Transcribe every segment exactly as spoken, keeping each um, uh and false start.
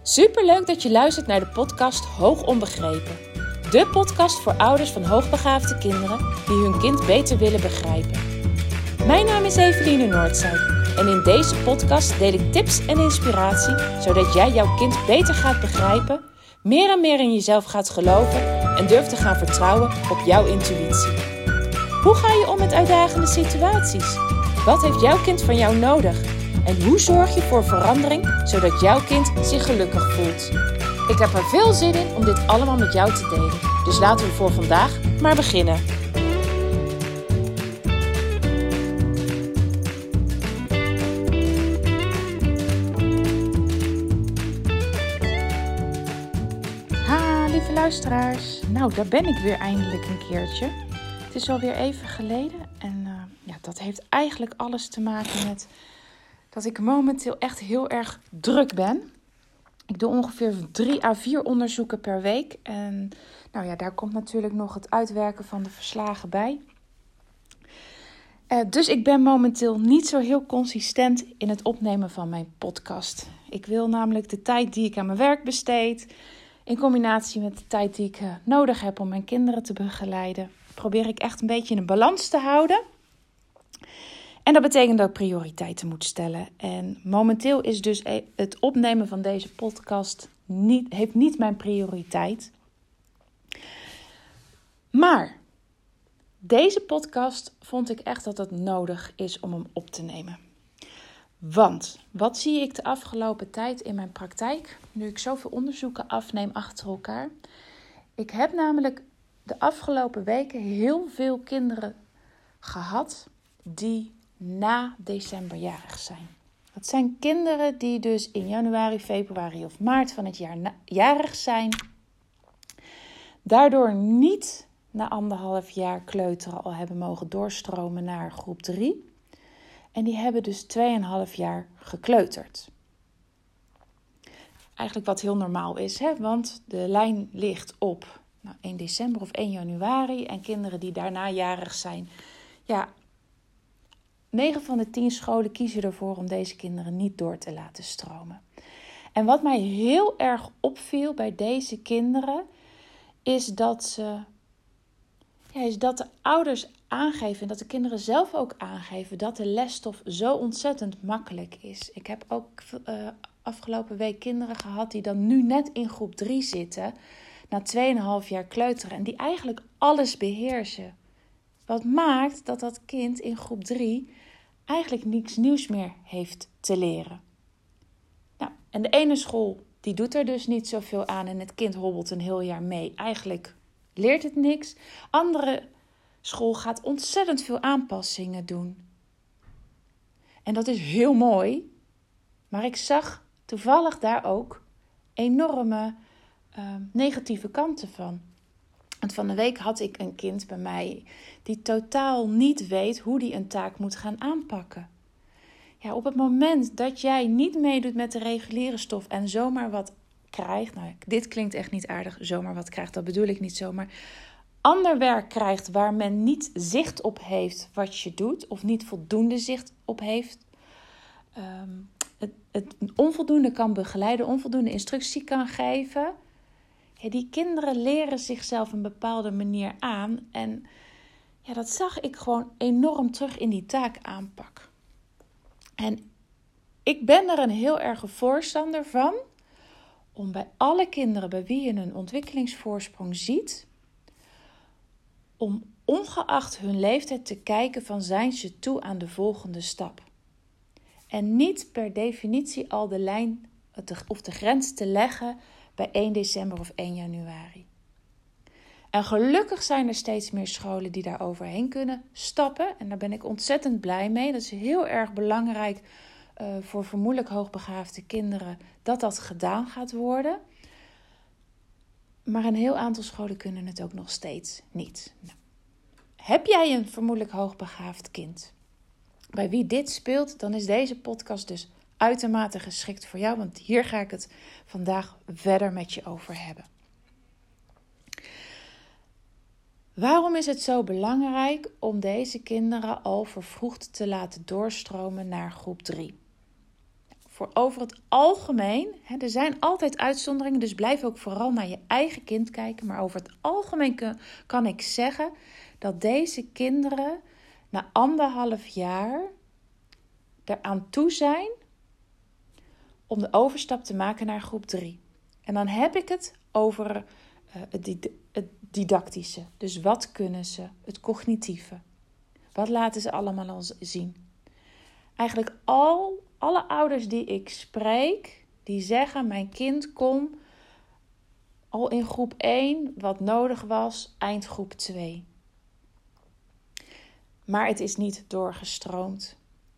Superleuk dat je luistert naar de podcast Hoog Onbegrepen. De podcast voor ouders van hoogbegaafde kinderen die hun kind beter willen begrijpen. Mijn naam is Eveline Noordzij en in deze podcast deel ik tips en inspiratie zodat jij jouw kind beter gaat begrijpen, meer en meer in jezelf gaat geloven en durft te gaan vertrouwen op jouw intuïtie. Hoe ga je om met uitdagende situaties? Wat heeft jouw kind van jou nodig? En hoe zorg je voor verandering, zodat jouw kind zich gelukkig voelt? Ik heb er veel zin in om dit allemaal met jou te delen. Dus laten we voor vandaag maar beginnen. Ha, lieve luisteraars. Nou, daar ben ik weer eindelijk een keertje. Het is alweer even geleden. En uh, ja, dat heeft eigenlijk alles te maken met dat ik momenteel echt heel erg druk ben. Ik doe ongeveer drie à vier onderzoeken per week. En nou ja, daar komt natuurlijk nog het uitwerken van de verslagen bij. Uh, dus ik ben momenteel niet zo heel consistent in het opnemen van mijn podcast. Ik wil namelijk de tijd die ik aan mijn werk besteed, in combinatie met de tijd die ik uh, nodig heb om mijn kinderen te begeleiden, probeer ik echt een beetje in een balans te houden. En dat betekent dat ik prioriteiten moet stellen. En momenteel is dus het opnemen van deze podcast niet, heeft niet mijn prioriteit. Maar deze podcast vond ik echt dat het nodig is om hem op te nemen. Want wat zie ik de afgelopen tijd in mijn praktijk, nu ik zoveel onderzoeken afneem achter elkaar? Ik heb namelijk de afgelopen weken heel veel kinderen gehad die na december jarig zijn. Dat zijn kinderen die dus in januari, februari of maart van het jaar na- jarig zijn. Daardoor niet na anderhalf jaar kleuteren al hebben mogen doorstromen naar groep drie. En die hebben dus tweeënhalf jaar gekleuterd. Eigenlijk wat heel normaal is, hè? Want de lijn ligt op nou, één december of één januari. En kinderen die daarna jarig zijn, ja, negen van de tien scholen kiezen ervoor om deze kinderen niet door te laten stromen. En wat mij heel erg opviel bij deze kinderen is dat ze, ja, is dat de ouders aangeven en dat de kinderen zelf ook aangeven dat de lesstof zo ontzettend makkelijk is. Ik heb ook uh, afgelopen week kinderen gehad die dan nu net in groep drie zitten, na tweeënhalf jaar kleuteren en die eigenlijk alles beheersen. Wat maakt dat dat kind in groep drie eigenlijk niks nieuws meer heeft te leren. Nou, en de ene school die doet er dus niet zoveel aan en het kind hobbelt een heel jaar mee. Eigenlijk leert het niks. Andere school gaat ontzettend veel aanpassingen doen. En dat is heel mooi. Maar ik zag toevallig daar ook enorme uh, negatieve kanten van. Want van de week had ik een kind bij mij die totaal niet weet hoe die een taak moet gaan aanpakken. Ja, op het moment dat jij niet meedoet met de reguliere stof en zomaar wat krijgt, nou, dit klinkt echt niet aardig, zomaar wat krijgt, dat bedoel ik niet zomaar, ander werk krijgt waar men niet zicht op heeft wat je doet, of niet voldoende zicht op heeft, um, het, het onvoldoende kan begeleiden, onvoldoende instructie kan geven. Ja, die kinderen leren zichzelf een bepaalde manier aan. En ja, dat zag ik gewoon enorm terug in die taakaanpak. En ik ben er een heel erge voorstander van om bij alle kinderen bij wie je een ontwikkelingsvoorsprong ziet, om ongeacht hun leeftijd te kijken van zijn ze toe aan de volgende stap. En niet per definitie al de lijn of de grens te leggen bij één december of één januari. En gelukkig zijn er steeds meer scholen die daar overheen kunnen stappen. En daar ben ik ontzettend blij mee. Dat is heel erg belangrijk uh, voor vermoedelijk hoogbegaafde kinderen dat dat gedaan gaat worden. Maar een heel aantal scholen kunnen het ook nog steeds niet. Nou, heb jij een vermoedelijk hoogbegaafd kind bij wie dit speelt, dan is deze podcast dus uitermate geschikt voor jou, want hier ga ik het vandaag verder met je over hebben. Waarom is het zo belangrijk om deze kinderen al vervroegd te laten doorstromen naar groep drie? voor over het algemeen, hè, er zijn altijd uitzonderingen, dus blijf ook vooral naar je eigen kind kijken. Maar over het algemeen kan, kan ik zeggen dat deze kinderen na anderhalf jaar eraan toe zijn om de overstap te maken naar groep drie. En dan heb ik het over uh, het, did- het didactische. Dus wat kunnen ze? Het cognitieve. Wat laten ze allemaal al zien? Eigenlijk al, alle ouders die ik spreek, die zeggen mijn kind kon al in groep één wat nodig was, eind groep twee. Maar het is niet doorgestroomd.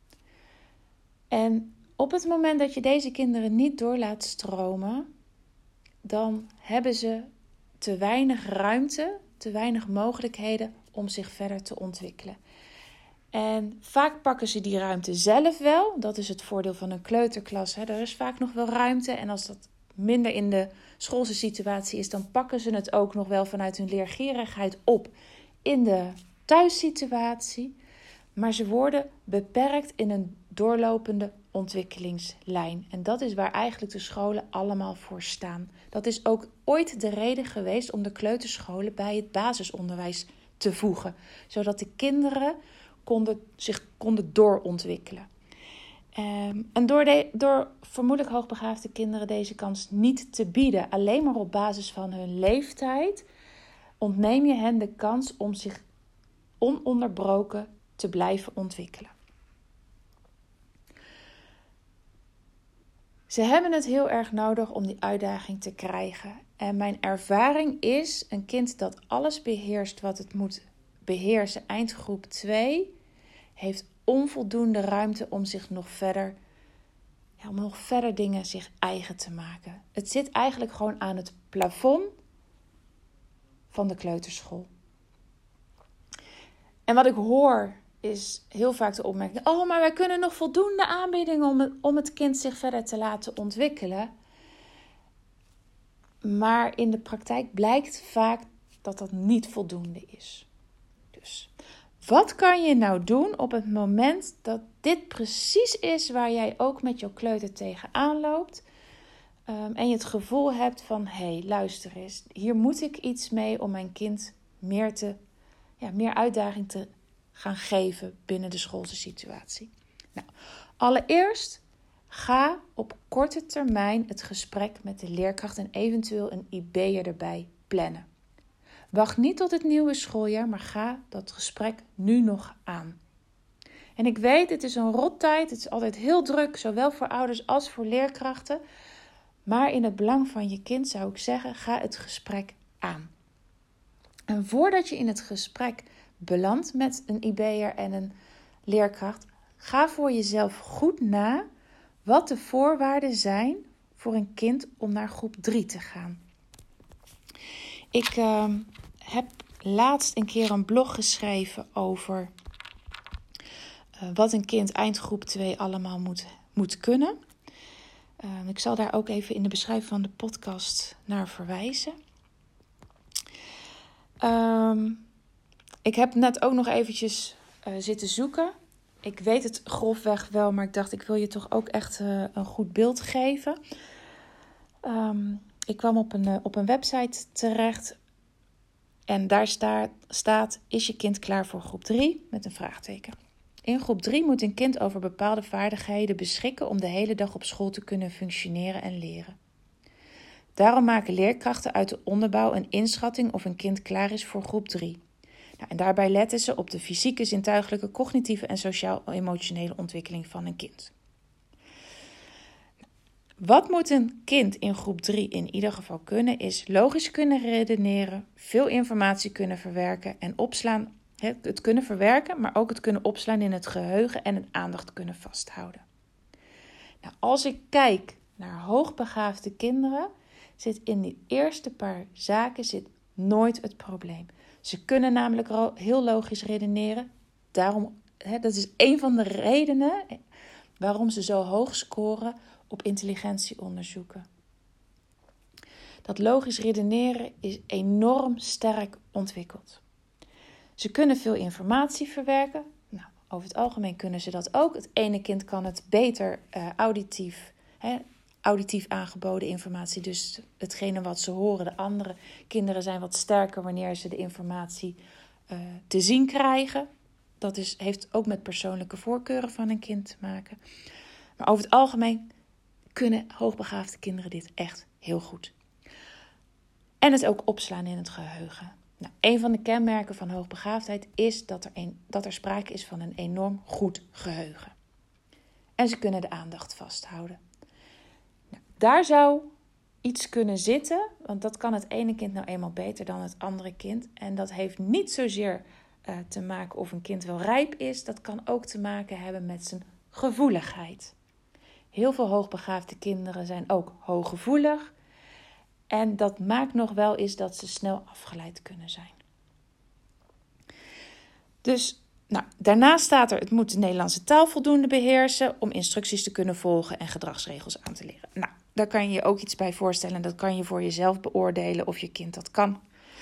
En op het moment dat je deze kinderen niet door laat stromen, dan hebben ze te weinig ruimte, te weinig mogelijkheden om zich verder te ontwikkelen. En vaak pakken ze die ruimte zelf wel. Dat is het voordeel van een kleuterklas. Hè. Er is vaak nog wel ruimte. En als dat minder in de schoolse situatie is, dan pakken ze het ook nog wel vanuit hun leergierigheid op in de thuissituatie. Maar ze worden beperkt in een doorlopende ontwikkelingslijn. En dat is waar eigenlijk de scholen allemaal voor staan. Dat is ook ooit de reden geweest om de kleuterscholen bij het basisonderwijs te voegen. Zodat de kinderen konden, zich konden doorontwikkelen. Um, en door, de, door vermoedelijk hoogbegaafde kinderen deze kans niet te bieden, alleen maar op basis van hun leeftijd, ontneem je hen de kans om zich ononderbroken te blijven ontwikkelen. Ze hebben het heel erg nodig om die uitdaging te krijgen. En mijn ervaring is, een kind dat alles beheerst wat het moet beheersen, eind groep twee, heeft onvoldoende ruimte om zich nog verder, ja, om nog verder dingen zich eigen te maken. Het zit eigenlijk gewoon aan het plafond van de kleuterschool. En wat ik hoor is heel vaak de opmerking: oh, maar wij kunnen nog voldoende aanbieden om het, om het kind zich verder te laten ontwikkelen. Maar in de praktijk blijkt vaak dat dat niet voldoende is. Dus wat kan je nou doen op het moment dat dit precies is waar jij ook met jouw kleuter tegenaan loopt? Um, en je het gevoel hebt van, hé, hey, luister eens, hier moet ik iets mee om mijn kind meer, te, ja, meer uitdaging te gaan geven binnen de schoolse situatie. Nou, allereerst ga op korte termijn het gesprek met de leerkracht en eventueel een I B'er erbij plannen. Wacht niet tot het nieuwe schooljaar, maar ga dat gesprek nu nog aan. En ik weet, het is een rottijd, het is altijd heel druk, zowel voor ouders als voor leerkrachten. Maar in het belang van je kind zou ik zeggen, ga het gesprek aan. En voordat je in het gesprek belandt met een I B'er en een leerkracht, ga voor jezelf goed na wat de voorwaarden zijn voor een kind om naar groep drie te gaan. Ik uh, heb laatst een keer een blog geschreven over uh, wat een kind eind groep twee allemaal moet, moet kunnen. Uh, ik zal daar ook even in de beschrijving van de podcast naar verwijzen. Um, ik heb net ook nog eventjes uh, zitten zoeken. Ik weet het grofweg wel, maar ik dacht ik wil je toch ook echt uh, een goed beeld geven. Um, ik kwam op een, uh, op een website terecht en daar sta, staat, is je kind klaar voor groep drie? Met een vraagteken. In groep drie moet een kind over bepaalde vaardigheden beschikken om de hele dag op school te kunnen functioneren en leren. Daarom maken leerkrachten uit de onderbouw een inschatting of een kind klaar is voor groep drie. Nou, en daarbij letten ze op de fysieke, zintuigelijke, cognitieve en sociaal-emotionele ontwikkeling van een kind. Wat moet een kind in groep drie in ieder geval kunnen, is logisch kunnen redeneren, veel informatie kunnen verwerken en opslaan. Het kunnen verwerken, maar ook het kunnen opslaan in het geheugen en het aandacht kunnen vasthouden. Nou, als ik kijk naar hoogbegaafde kinderen, zit in die eerste paar zaken zit nooit het probleem. Ze kunnen namelijk heel logisch redeneren. Daarom, hè, dat is een van de redenen waarom ze zo hoog scoren op intelligentieonderzoeken. Dat logisch redeneren is enorm sterk ontwikkeld. Ze kunnen veel informatie verwerken. Nou, Over het algemeen kunnen ze dat ook. Het ene kind kan het beter uh, auditief, hè, auditief aangeboden informatie. Dus hetgene wat ze horen. De andere kinderen zijn wat sterker wanneer ze de informatie uh, te zien krijgen. Dat is, heeft ook met persoonlijke voorkeuren van een kind te maken. Maar over het algemeen kunnen hoogbegaafde kinderen dit echt heel goed. En het ook opslaan in het geheugen. Nou, een van de kenmerken van hoogbegaafdheid is dat er, een, dat er sprake is van een enorm goed geheugen. En ze kunnen de aandacht vasthouden. Nou, daar zou iets kunnen zitten, want dat kan het ene kind nou eenmaal beter dan het andere kind. En dat heeft niet zozeer uh, te maken of een kind wel rijp is. Dat kan ook te maken hebben met zijn gevoeligheid. Heel veel hoogbegaafde kinderen zijn ook hooggevoelig. En dat maakt nog wel eens dat ze snel afgeleid kunnen zijn. Dus nou, daarnaast staat er, het moet de Nederlandse taal voldoende beheersen om instructies te kunnen volgen en gedragsregels aan te leren. Nou, daar kan je je ook iets bij voorstellen. Dat kan je voor jezelf beoordelen of je kind dat kan.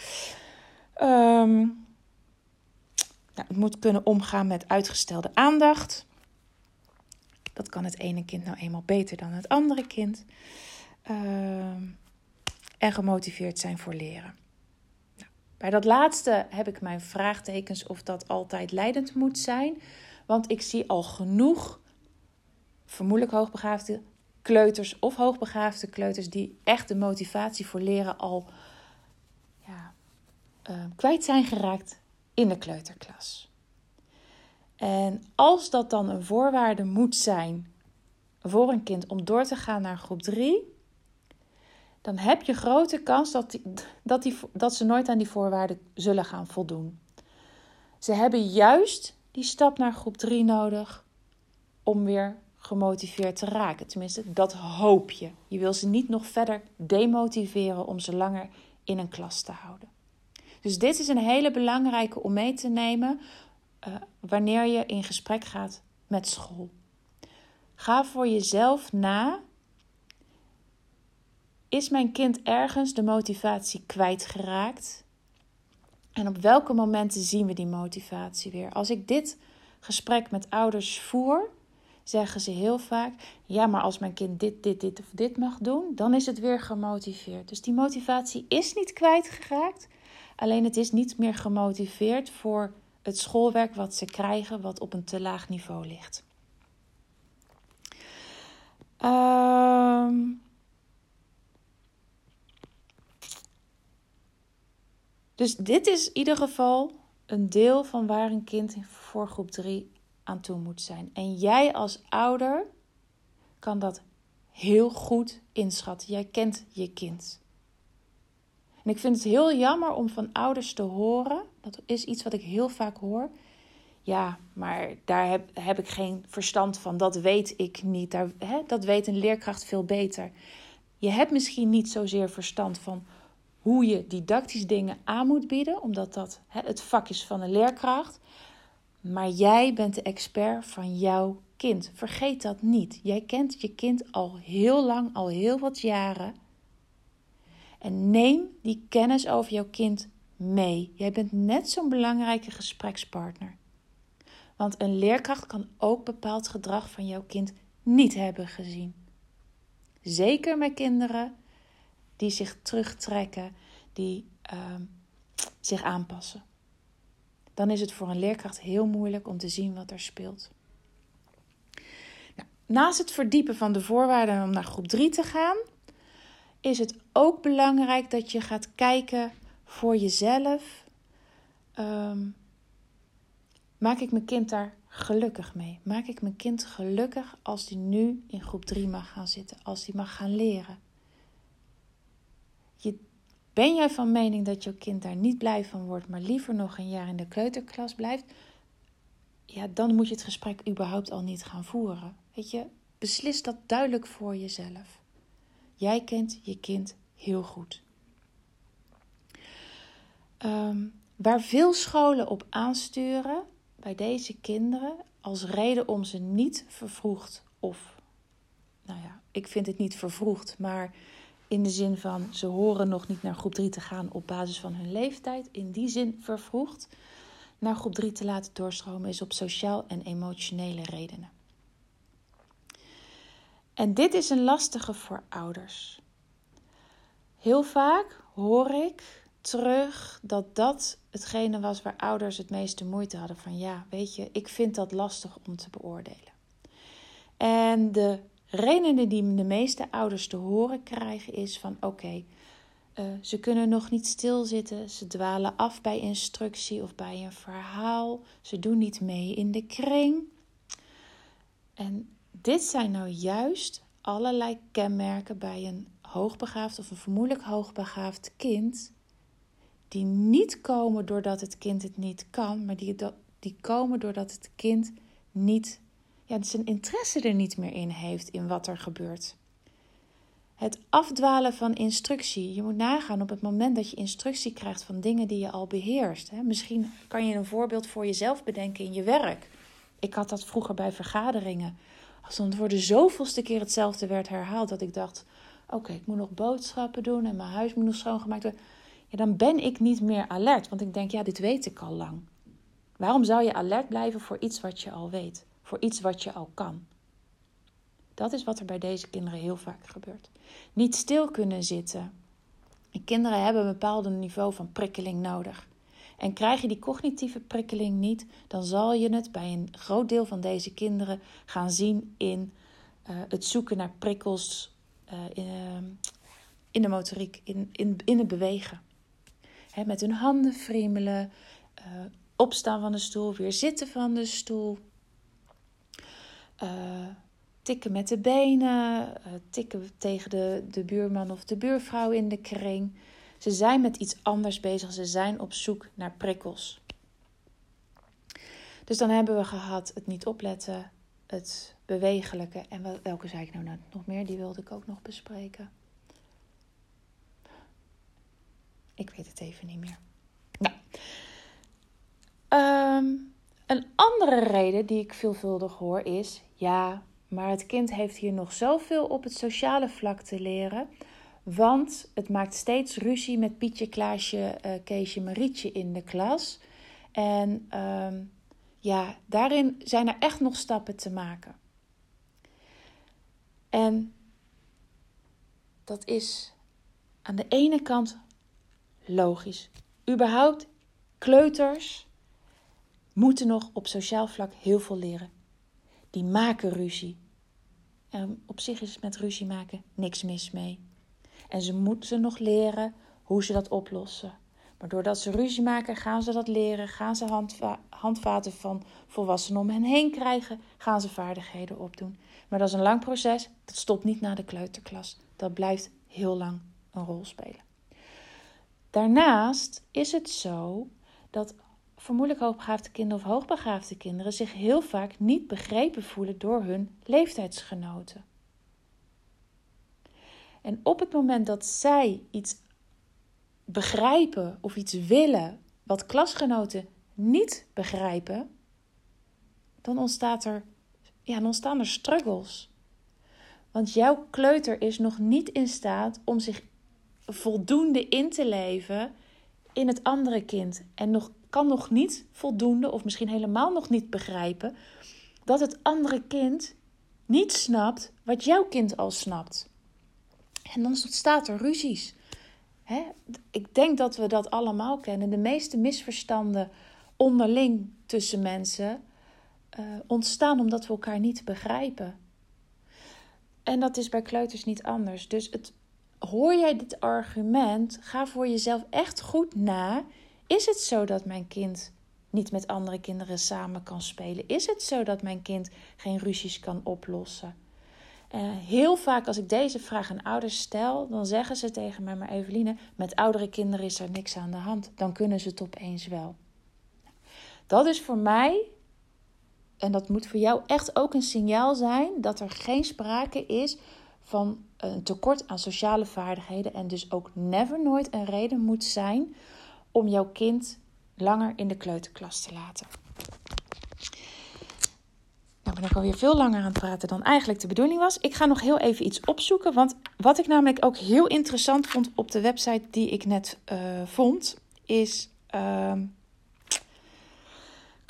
Um, nou, het moet kunnen omgaan met uitgestelde aandacht. Dat kan het ene kind nou eenmaal beter dan het andere kind. Um, En gemotiveerd zijn voor leren. Nou, bij dat laatste heb ik mijn vraagtekens of dat altijd leidend moet zijn. Want ik zie al genoeg vermoedelijk hoogbegaafde kleuters of hoogbegaafde kleuters die echt de motivatie voor leren al ja, uh, kwijt zijn geraakt in de kleuterklas. En als dat dan een voorwaarde moet zijn voor een kind om door te gaan naar groep drie, dan heb je grote kans dat, die, dat, die, dat ze nooit aan die voorwaarden zullen gaan voldoen. Ze hebben juist die stap naar groep drie nodig om weer gemotiveerd te raken. Tenminste, dat hoop je. Je wil ze niet nog verder demotiveren om ze langer in een klas te houden. Dus dit is een hele belangrijke om mee te nemen uh, wanneer je in gesprek gaat met school. Ga voor jezelf na. Is mijn kind ergens de motivatie kwijtgeraakt? En op welke momenten zien we die motivatie weer? Als ik dit gesprek met ouders voer, zeggen ze heel vaak, ja, maar als mijn kind dit, dit, dit of dit mag doen, dan is het weer gemotiveerd. Dus die motivatie is niet kwijtgeraakt, alleen het is niet meer gemotiveerd voor het schoolwerk wat ze krijgen, wat op een te laag niveau ligt. Um... Dus dit is in ieder geval een deel van waar een kind voor groep drie aan toe moet zijn. En jij als ouder kan dat heel goed inschatten. Jij kent je kind. En ik vind het heel jammer om van ouders te horen, dat is iets wat ik heel vaak hoor. Ja, maar daar heb, heb ik geen verstand van, dat weet ik niet. Daar, hè, dat weet een leerkracht veel beter. Je hebt misschien niet zozeer verstand van hoe je didactisch dingen aan moet bieden, omdat dat hè, het vak is van een leerkracht. Maar jij bent de expert van jouw kind. Vergeet dat niet. Jij kent je kind al heel lang, al heel wat jaren. En neem die kennis over jouw kind mee. Jij bent net zo'n belangrijke gesprekspartner. Want een leerkracht kan ook bepaald gedrag van jouw kind niet hebben gezien. Zeker met kinderen die zich terugtrekken, die uh, zich aanpassen. Dan is het voor een leerkracht heel moeilijk om te zien wat er speelt. Nou, naast het verdiepen van de voorwaarden om naar groep drie te gaan, is het ook belangrijk dat je gaat kijken voor jezelf. Um, maak ik mijn kind daar gelukkig mee? Maak ik mijn kind gelukkig als die nu in groep drie mag gaan zitten, als die mag gaan leren? Je, ben jij van mening dat jouw kind daar niet blij van wordt, maar liever nog een jaar in de kleuterklas blijft? Ja, dan moet je het gesprek überhaupt al niet gaan voeren. Weet je, beslis dat duidelijk voor jezelf. Jij kent je kind heel goed. Um, waar veel scholen op aansturen bij deze kinderen als reden om ze niet vervroegd of, nou ja, ik vind het niet vervroegd, maar in de zin van ze horen nog niet naar groep drie te gaan op basis van hun leeftijd, in die zin vervroegd. naar groep drie te laten doorstromen is op sociaal en emotionele redenen. En dit is een lastige voor ouders. Heel vaak hoor ik terug dat dat hetgene was waar ouders het meeste moeite hadden. Van ja, weet je, ik vind dat lastig om te beoordelen. En de reden die de meeste ouders te horen krijgen is van oké, okay, uh, ze kunnen nog niet stilzitten. Ze dwalen af bij instructie of bij een verhaal. Ze doen niet mee in de kring. En dit zijn nou juist allerlei kenmerken bij een hoogbegaafd of een vermoedelijk hoogbegaafd kind, die niet komen doordat het kind het niet kan, maar die, die komen doordat het kind niet, ja, zijn interesse er niet meer in heeft in wat er gebeurt. Het afdwalen van instructie. Je moet nagaan op het moment dat je instructie krijgt van dingen die je al beheerst. Hè. Misschien kan je een voorbeeld voor jezelf bedenken in je werk. Ik had dat vroeger bij vergaderingen. Als dan voor de zoveelste keer hetzelfde werd herhaald, dat ik dacht, oké, okay, ik moet nog boodschappen doen en mijn huis moet nog schoongemaakt worden. Ja, dan ben ik niet meer alert, want ik denk, ja, dit weet ik al lang. Waarom zou je alert blijven voor iets wat je al weet? Voor iets wat je al kan? Dat is wat er bij deze kinderen heel vaak gebeurt. Niet stil kunnen zitten. En kinderen hebben een bepaald niveau van prikkeling nodig. En krijg je die cognitieve prikkeling niet, dan zal je het bij een groot deel van deze kinderen gaan zien in uh, het zoeken naar prikkels uh, in, uh, in de motoriek, in, in, in het bewegen. He, met hun handen friemelen, uh, opstaan van de stoel, weer zitten van de stoel. Uh, tikken met de benen, uh, tikken tegen de, de buurman of de buurvrouw in de kring. Ze zijn met iets anders bezig. Ze zijn op zoek naar prikkels. Dus dan hebben we gehad het niet opletten, het bewegelijke. En welke zei ik nou, nou nog meer? Die wilde ik ook nog bespreken. Ik weet het even niet meer. Nou. Um, een andere reden die ik veelvuldig hoor is, ja, maar het kind heeft hier nog zoveel op het sociale vlak te leren. Want het maakt steeds ruzie met Pietje, Klaasje, uh, Keesje, Marietje in de klas. En um, ja, daarin zijn er echt nog stappen te maken. En dat is aan de ene kant logisch. Überhaupt, kleuters moeten nog op sociaal vlak heel veel leren. Die maken ruzie. En op zich is met ruzie maken niks mis mee. En ze moeten nog leren hoe ze dat oplossen. Maar doordat ze ruzie maken, gaan ze dat leren. Gaan ze handva- handvaten van volwassenen om hen heen krijgen. Gaan ze vaardigheden opdoen. Maar dat is een lang proces. Dat stopt niet na de kleuterklas. Dat blijft heel lang een rol spelen. Daarnaast is het zo dat vermoedelijk hoogbegaafde kinderen of hoogbegaafde kinderen zich heel vaak niet begrepen voelen door hun leeftijdsgenoten. En op het moment dat zij iets begrijpen of iets willen wat klasgenoten niet begrijpen, dan ontstaat er, ja, dan ontstaan er struggles. Want jouw kleuter is nog niet in staat om zich voldoende in te leven in het andere kind. En nog, kan nog niet voldoende, of misschien helemaal nog niet begrijpen, dat het andere kind niet snapt wat jouw kind al snapt. En dan ontstaat er ruzies. Hè? Ik denk dat we dat allemaal kennen. De meeste misverstanden onderling tussen mensen uh, ontstaan omdat we elkaar niet begrijpen. En dat is bij kleuters niet anders. Dus het, hoor jij dit argument, ga voor jezelf echt goed na. Is het zo dat mijn kind niet met andere kinderen samen kan spelen? Is het zo dat mijn kind geen ruzies kan oplossen? Uh, heel vaak als ik deze vraag aan ouders stel, dan zeggen ze tegen mij, maar Eveline, met oudere kinderen is er niks aan de hand. Dan kunnen ze het opeens wel. Dat is voor mij, en dat moet voor jou echt ook een signaal zijn, dat er geen sprake is van een tekort aan sociale vaardigheden. En dus ook never nooit een reden moet zijn om jouw kind langer in de kleuterklas te laten. Nou ben ik alweer veel langer aan het praten dan eigenlijk de bedoeling was. Ik ga nog heel even iets opzoeken. Want wat ik namelijk ook heel interessant vond op de website die ik net uh, vond, is... Uh,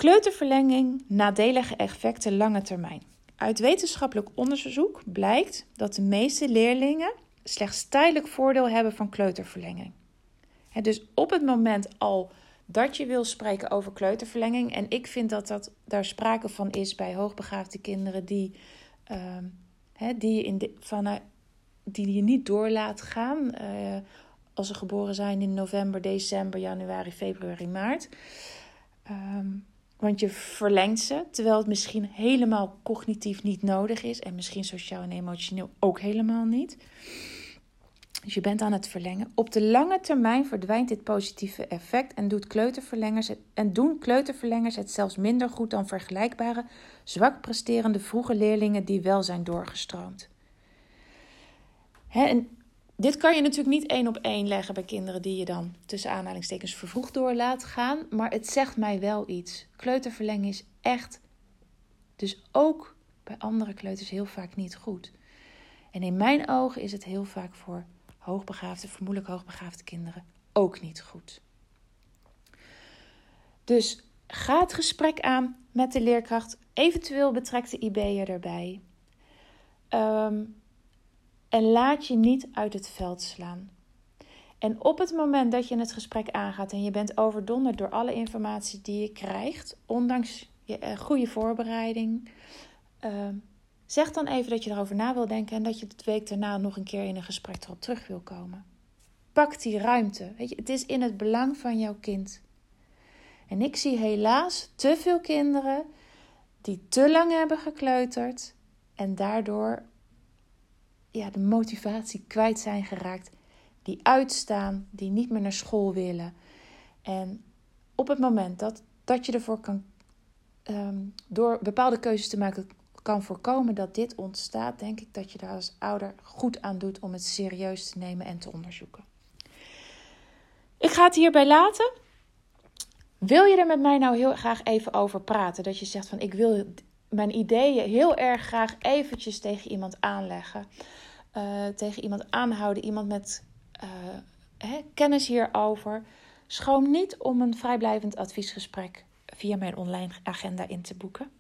Kleuterverlenging, nadelige effecten lange termijn. Uit wetenschappelijk onderzoek blijkt dat de meeste leerlingen slechts tijdelijk voordeel hebben van kleuterverlenging. He, dus op het moment al dat je wil spreken over kleuterverlenging, en ik vind dat, dat daar sprake van is bij hoogbegaafde kinderen die, uh, he, die, je in de, vanuit, die je niet door laat gaan uh, als ze geboren zijn in november, december, januari, februari, maart. Um, Want je verlengt ze, terwijl het misschien helemaal cognitief niet nodig is. En misschien sociaal en emotioneel ook helemaal niet. Dus je bent aan het verlengen. Op de lange termijn verdwijnt dit positieve effect en, doet kleuterverlengers het, en doen kleuterverlengers het zelfs minder goed dan vergelijkbare, zwak presterende vroege leerlingen die wel zijn doorgestroomd. Hè, en dit kan je natuurlijk niet één op één leggen bij kinderen die je dan tussen aanhalingstekens vervroegd door laat gaan. Maar het zegt mij wel iets. Kleuterverlenging is echt, dus ook bij andere kleuters heel vaak niet goed. En in mijn ogen is het heel vaak voor hoogbegaafde, vermoedelijk hoogbegaafde kinderen ook niet goed. Dus ga het gesprek aan met de leerkracht. Eventueel betrek de I B'er erbij. Um, En laat je niet uit het veld slaan. En op het moment dat je het gesprek aangaat en je bent overdonderd door alle informatie die je krijgt, ondanks je uh, goede voorbereiding, uh, zeg dan even dat je erover na wil denken en dat je de week daarna nog een keer in een gesprek erop terug wil komen. Pak die ruimte. Weet je, het is in het belang van jouw kind. En ik zie helaas te veel kinderen die te lang hebben gekleuterd en daardoor ja, de motivatie kwijt zijn geraakt, die uitstaan, die niet meer naar school willen. En op het moment dat, dat je ervoor kan, um, door bepaalde keuzes te maken, kan voorkomen dat dit ontstaat, denk ik dat je daar als ouder goed aan doet om het serieus te nemen en te onderzoeken. Ik ga het hierbij laten. Wil je er met mij nou heel graag even over praten? Dat je zegt van ik wil mijn ideeën heel erg graag eventjes tegen iemand aanleggen. Uh, tegen iemand aanhouden. Iemand met uh, hè, kennis hierover. Schroom niet om een vrijblijvend adviesgesprek via mijn online agenda in te boeken.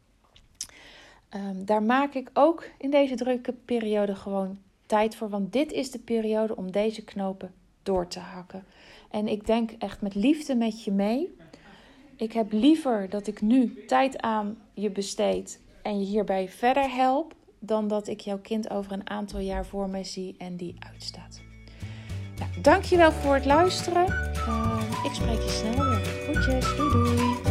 Um, daar maak ik ook in deze drukke periode gewoon tijd voor. Want dit is de periode om deze knopen door te hakken. En ik denk echt met liefde met je mee. Ik heb liever dat ik nu tijd aan je besteed en je hierbij verder help, dan dat ik jouw kind over een aantal jaar voor mij zie en die uitstaat. Nou, dankjewel voor het luisteren. Uh, ik spreek je snel weer. Groetjes, doei doei.